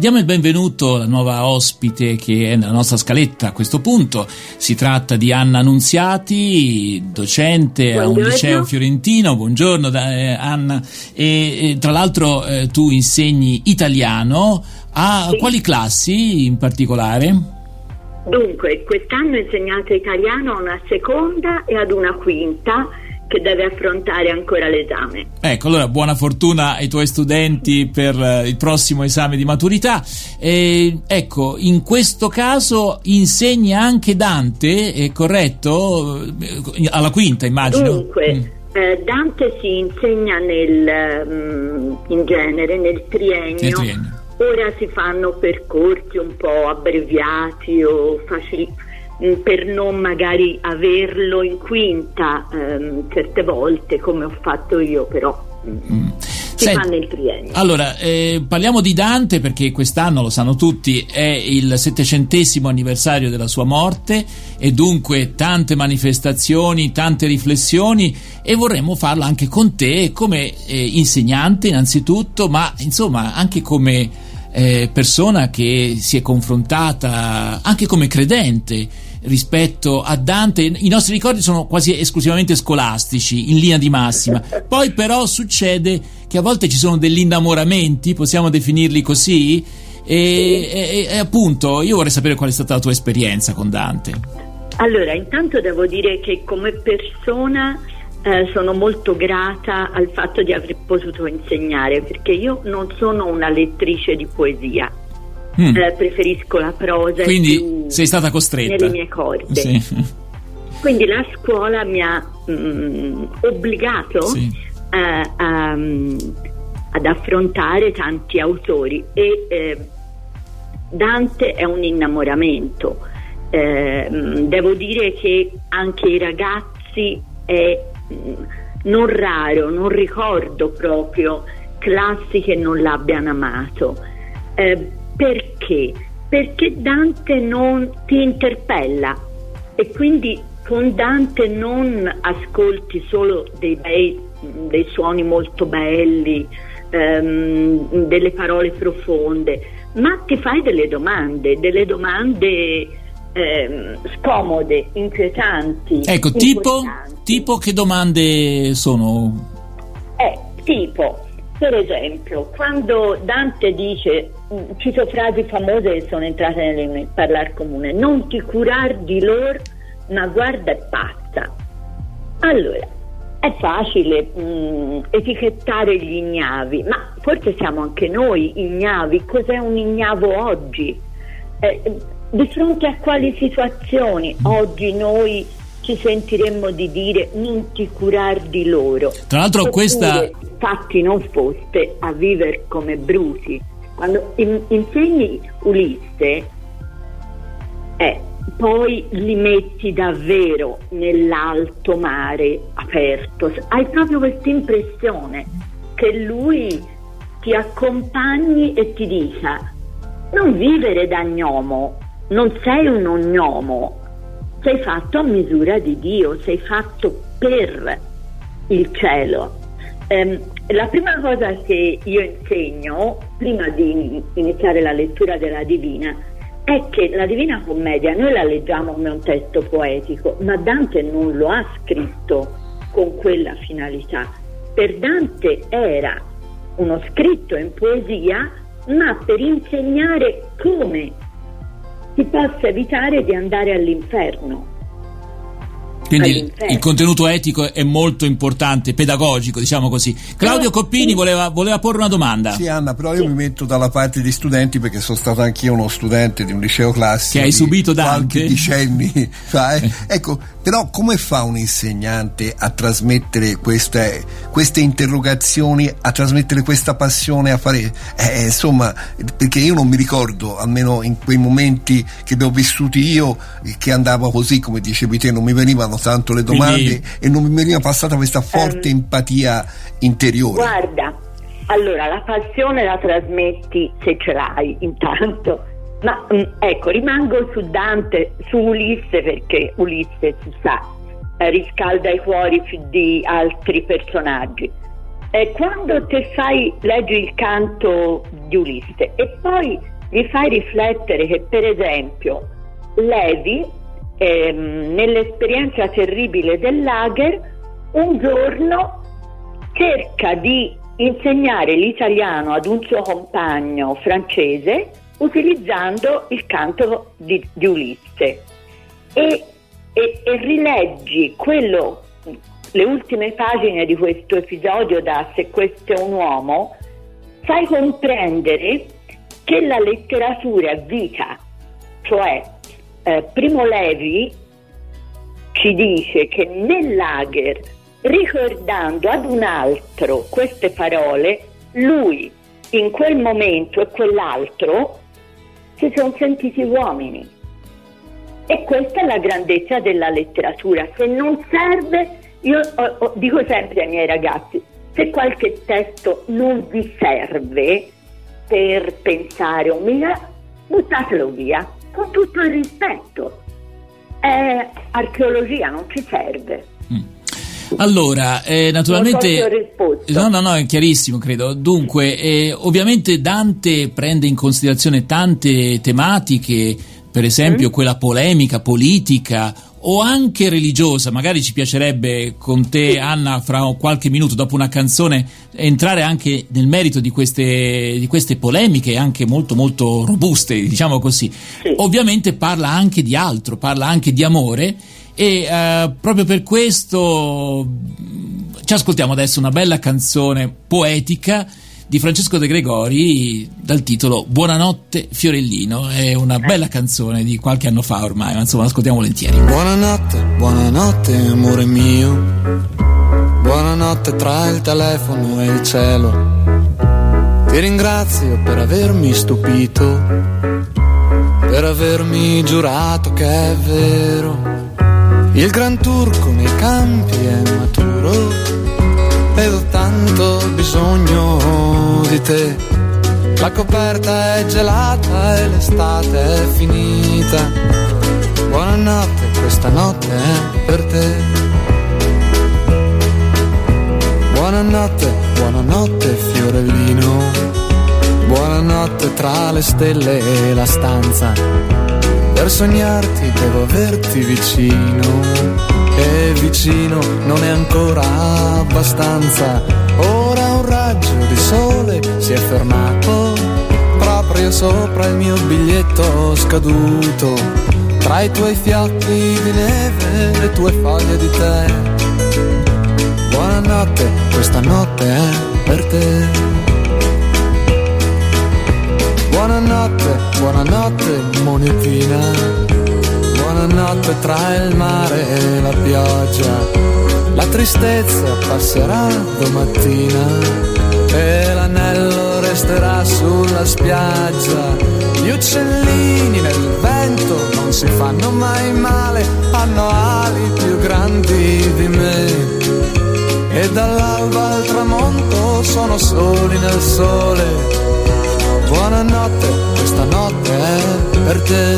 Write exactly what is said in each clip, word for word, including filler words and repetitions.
Diamo il benvenuto alla nuova ospite che è nella nostra scaletta a questo punto. Si tratta di Anna Nunziati, docente Buongiorno. a un liceo fiorentino. Buongiorno eh, Anna. E, e tra l'altro eh, tu insegni italiano a sì. quali classi in particolare? Dunque, quest'anno ho insegnato italiano a una seconda e ad una quinta che deve affrontare ancora l'esame. Ecco, allora buona fortuna ai tuoi studenti per uh, il prossimo esame di maturità. E, ecco, in questo caso insegni anche Dante, è corretto? Alla quinta, immagino. Dunque, mm. eh, Dante si insegna nel, um, in genere nel triennio. Nel triennio. Ora si fanno percorsi un po' abbreviati o facili, per non magari averlo in quinta ehm, certe volte come ho fatto io, però mm. si Senti, fa nel triennio. Allora eh, parliamo di Dante perché quest'anno, lo sanno tutti, è il settecentesimo anniversario della sua morte e dunque tante manifestazioni, tante riflessioni, e vorremmo farlo anche con te come eh, insegnante innanzitutto, ma insomma anche come eh, persona che si è confrontata anche come credente rispetto a Dante. I nostri ricordi sono quasi esclusivamente scolastici in linea di massima, poi però succede che a volte ci sono degli innamoramenti, possiamo definirli così, e, e, e appunto io vorrei sapere qual è stata la tua esperienza con Dante. Allora, intanto devo dire che come persona eh, sono molto grata al fatto di aver potuto insegnare, perché io non sono una lettrice di poesia. Mm. Eh, preferisco la prosa. Quindi più sei stata costretta nelle mie corde. Sì. Quindi la scuola mi ha mm, obbligato sì. eh, a, ad affrontare tanti autori e eh, Dante è un innamoramento. Eh, devo dire che anche i ragazzi è mm, non raro, non ricordo proprio classi che non l'abbiano amato. Eh, Perché? Perché Dante non ti interpella e quindi con Dante non ascolti solo dei bei, dei suoni molto belli, ehm, delle parole profonde, ma ti fai delle domande, delle domande ehm, scomode, inquietanti. Ecco, tipo, tipo che domande sono? Eh, tipo, per esempio, quando Dante dice, ci sono frasi famose che sono entrate nel parlare comune: non ti curar di loro, ma guarda è pazza. Allora, è facile mh, etichettare gli ignavi, ma forse siamo anche noi ignavi. Cos'è un ignavo oggi? Eh, di fronte a quali situazioni oggi noi ci sentiremmo di dire non ti curar di loro? Tra l'altro Oppure, questa fatti non foste a vivere come bruti. Quando in, insegni Ulisse eh, poi li metti davvero nell'alto mare aperto, hai proprio questa impressione che lui ti accompagni e ti dica: non vivere da gnomo, non sei un ognomo, sei fatto a misura di Dio, sei fatto per il cielo. Um, la prima cosa che io insegno prima di iniziare la lettura della Divina è che la Divina Commedia noi la leggiamo come un testo poetico, ma Dante non lo ha scritto con quella finalità. Per Dante era uno scritto in poesia, ma per insegnare come si possa evitare di andare all'inferno. Quindi il contenuto etico è molto importante, pedagogico, diciamo così. Claudio Coppini voleva, voleva porre una domanda. Sì, Anna, però io sì. mi metto dalla parte degli studenti, perché sono stato anch'io uno studente di un liceo classico. Che hai subito Dante? Quanti decenni fa, eh? Ecco, però come fa un insegnante a trasmettere queste, queste interrogazioni, a trasmettere questa passione, a fare, eh, insomma, perché io non mi ricordo, almeno in quei momenti che li ho vissuti io, che andavo così, come dicevi te, non mi venivano tanto le domande. Quindi, e non mi veniva passata questa forte um, empatia interiore. Guarda, allora la passione la trasmetti se ce l'hai intanto, ma mh, ecco, rimango su Dante, su Ulisse, perché Ulisse si sa eh, riscalda i cuori più di altri personaggi. eh, quando te fai, leggi il canto di Ulisse e poi gli fai riflettere che, per esempio, Levi, ehm, nell'esperienza terribile del lager, un giorno cerca di insegnare l'italiano ad un suo compagno francese utilizzando il canto di, di Ulisse e, e, e rileggi quello, le ultime pagine di questo episodio da Se questo è un uomo, fai comprendere che la letteratura è vita, cioè eh, Primo Levi ci dice che nel lager, ricordando ad un altro queste parole, lui in quel momento e quell'altro si sono sentiti uomini. E questa è la grandezza della letteratura. Se non serve, io oh, oh, dico sempre ai miei ragazzi, se qualche testo non vi serve per pensare un minimo, buttatelo via, con tutto il rispetto. È archeologia, non ci serve. Mm. Allora, eh, naturalmente, no, no, no, è chiarissimo, credo. Dunque, eh, ovviamente Dante prende in considerazione tante tematiche, per esempio mm. quella polemica, politica o anche religiosa. Magari ci piacerebbe con te, Anna, fra qualche minuto, dopo una canzone, entrare anche nel merito di queste, di queste polemiche, anche molto molto robuste, diciamo così. Sì. Ovviamente parla anche di altro, parla anche di amore. E uh, proprio per questo ci ascoltiamo adesso una bella canzone poetica di Francesco De Gregori dal titolo Buonanotte Fiorellino. È una bella canzone di qualche anno fa ormai, ma insomma l'ascoltiamo volentieri. Buonanotte, buonanotte amore mio, buonanotte tra il telefono e il cielo. Ti ringrazio per avermi stupito, per avermi giurato che è vero. Il gran turco nei campi è maturo ed ho tanto bisogno di te. La coperta è gelata e l'estate è finita. Buonanotte, questa notte è per te. Buonanotte, buonanotte fiorellino, buonanotte tra le stelle e la stanza. Per sognarti devo averti vicino, e vicino non è ancora abbastanza. Ora un raggio di sole si è fermato proprio sopra il mio biglietto scaduto. Tra i tuoi fiocchi di neve, le tue foglie di tè. Buonanotte, questa notte è per te. Buonanotte, buonanotte monetina, buonanotte tra il mare e la pioggia. La tristezza passerà domattina e l'anello resterà sulla spiaggia. Gli uccellini nel vento non si fanno mai male, hanno ali più grandi di me. E dall'alba al tramonto sono soli nel sole. Buonanotte, questa notte è per te.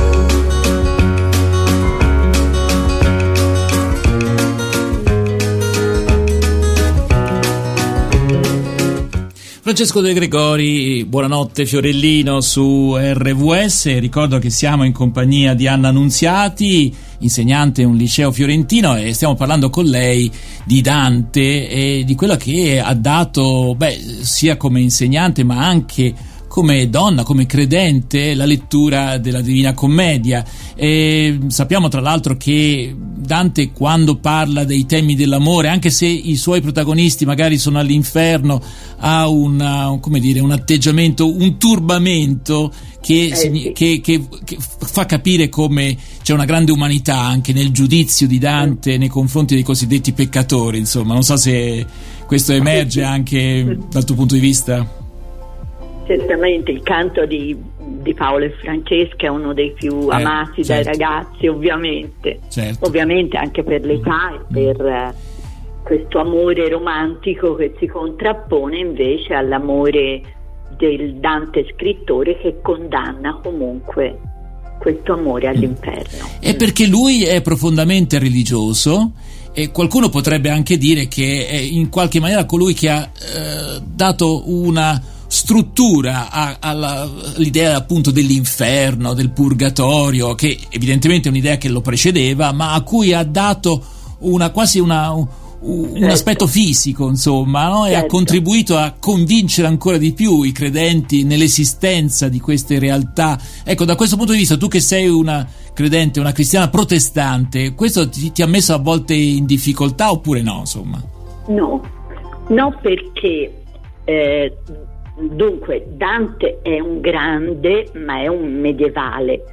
Francesco De Gregori, buonanotte Fiorellino su R V S. Ricordo che siamo in compagnia di Anna Nunziati, insegnante in un liceo fiorentino, e stiamo parlando con lei di Dante e di quello che ha dato, beh, sia come insegnante ma anche come donna, come credente, la lettura della Divina Commedia. E sappiamo tra l'altro che Dante, quando parla dei temi dell'amore, anche se i suoi protagonisti magari sono all'inferno, ha una, come dire, un atteggiamento, un turbamento che, eh sì. che, che, che fa capire come c'è una grande umanità anche nel giudizio di Dante nei confronti dei cosiddetti peccatori. Insomma, non so se questo emerge anche dal tuo punto di vista. Certamente il canto di, di Paolo e Francesca è uno dei più eh, amati certo. dai ragazzi, ovviamente, certo. ovviamente anche per l'età e per eh, questo amore romantico che si contrappone invece all'amore del Dante scrittore, che condanna comunque questo amore all'inferno. È perché lui è profondamente religioso e qualcuno potrebbe anche dire che è in qualche maniera colui che ha eh, dato una struttura a, alla, all'idea appunto dell'inferno, del purgatorio, che evidentemente è un'idea che lo precedeva, ma a cui ha dato una quasi una un certo. aspetto fisico, insomma, no? E certo. ha contribuito a convincere ancora di più i credenti nell'esistenza di queste realtà. Ecco, da questo punto di vista, tu che sei una credente, una cristiana protestante, questo ti, ti ha messo a volte in difficoltà oppure no, insomma? No, no, perché eh, dunque Dante è un grande, ma è un medievale,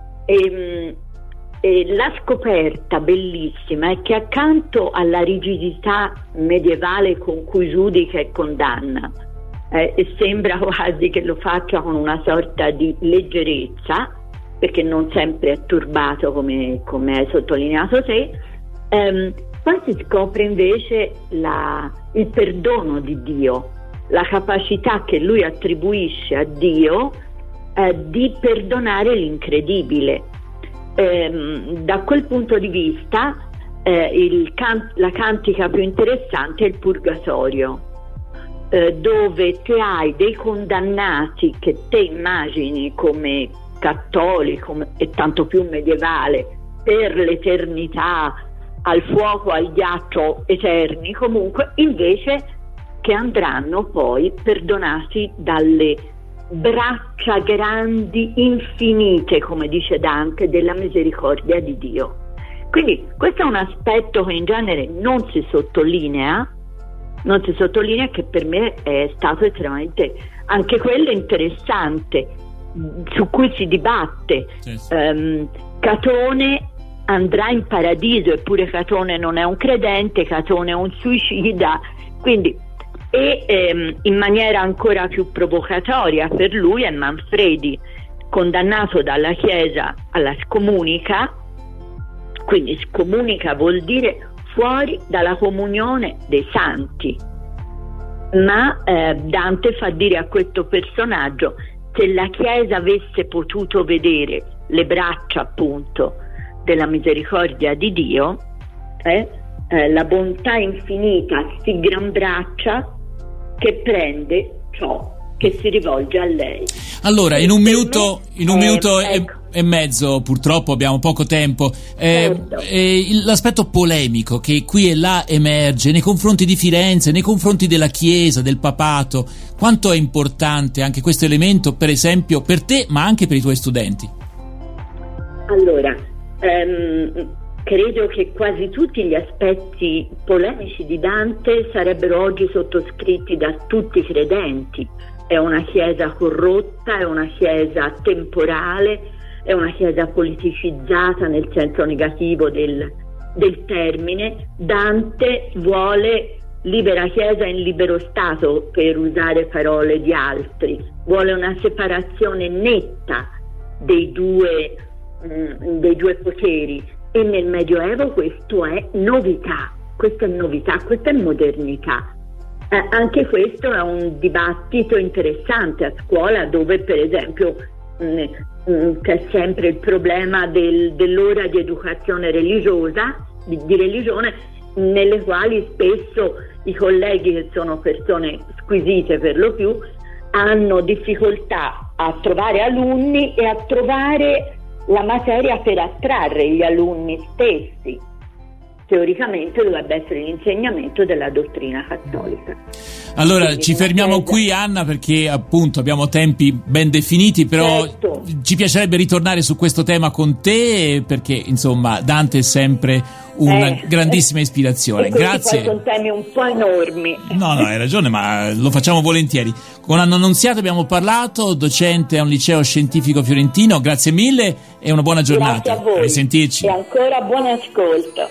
e, e la scoperta bellissima è che accanto alla rigidità medievale con cui giudica e condanna, eh, e sembra quasi che lo faccia con una sorta di leggerezza, perché non sempre è turbato come, come hai sottolineato te, ehm, poi si scopre invece la, il perdono di Dio, la capacità che lui attribuisce a Dio eh, di perdonare l'incredibile. Ehm, da quel punto di vista eh, il can- la cantica più interessante è il Purgatorio, eh, dove te hai dei condannati che te immagini come cattolico e tanto più medievale per l'eternità, al fuoco, al ghiaccio eterni, comunque invece che andranno poi perdonati dalle braccia grandi, infinite, come dice Dante, della misericordia di Dio. Quindi questo è un aspetto che in genere non si sottolinea, non si sottolinea, che per me è stato estremamente anche quello interessante, su cui si dibatte. Sì, sì. Um, Catone andrà in paradiso, eppure Catone non è un credente, Catone è un suicida, quindi e ehm, in maniera ancora più provocatoria per lui è Manfredi, condannato dalla Chiesa alla scomunica. Quindi scomunica vuol dire fuori dalla comunione dei santi, ma eh, Dante fa dire a questo personaggio: se la Chiesa avesse potuto vedere le braccia appunto della misericordia di Dio, eh, eh, la bontà infinita si gran braccia che prende ciò che si rivolge a lei. Allora, in un minuto, in un eh, minuto ecco. e, e mezzo, purtroppo abbiamo poco tempo, eh, certo. eh, l'aspetto polemico che qui e là emerge nei confronti di Firenze, nei confronti della Chiesa, del papato, quanto è importante anche questo elemento, per esempio, per te, ma anche per i tuoi studenti? Allora, ehm, credo che quasi tutti gli aspetti polemici di Dante sarebbero oggi sottoscritti da tutti i credenti. È una chiesa corrotta, è una chiesa temporale, è una chiesa politicizzata nel senso negativo del, del termine. Dante vuole libera chiesa in libero stato, per usare parole di altri, vuole una separazione netta dei due, mh, dei due poteri. E nel Medioevo questo è novità, questa è novità, questa è modernità. Eh, anche questo è un dibattito interessante a scuola, dove per esempio mh, mh, c'è sempre il problema del, dell'ora di educazione religiosa, di, di religione, nelle quali spesso i colleghi, che sono persone squisite per lo più, hanno difficoltà a trovare alunni e a trovare la materia per attrarre gli alunni stessi. Teoricamente dovrebbe essere l'insegnamento della dottrina cattolica. Allora Quindi ci fermiamo chiesa... qui Anna, perché appunto abbiamo tempi ben definiti, però certo. Ci piacerebbe ritornare su questo tema con te, perché insomma Dante è sempre una eh, grandissima ispirazione. E grazie. Sono temi un po' enormi. No, no, hai ragione, ma lo facciamo volentieri. Con Anna Annunziata abbiamo parlato, docente a un liceo scientifico fiorentino. Grazie mille e una buona giornata. Grazie a voi. A risentirci. E ancora buon ascolto.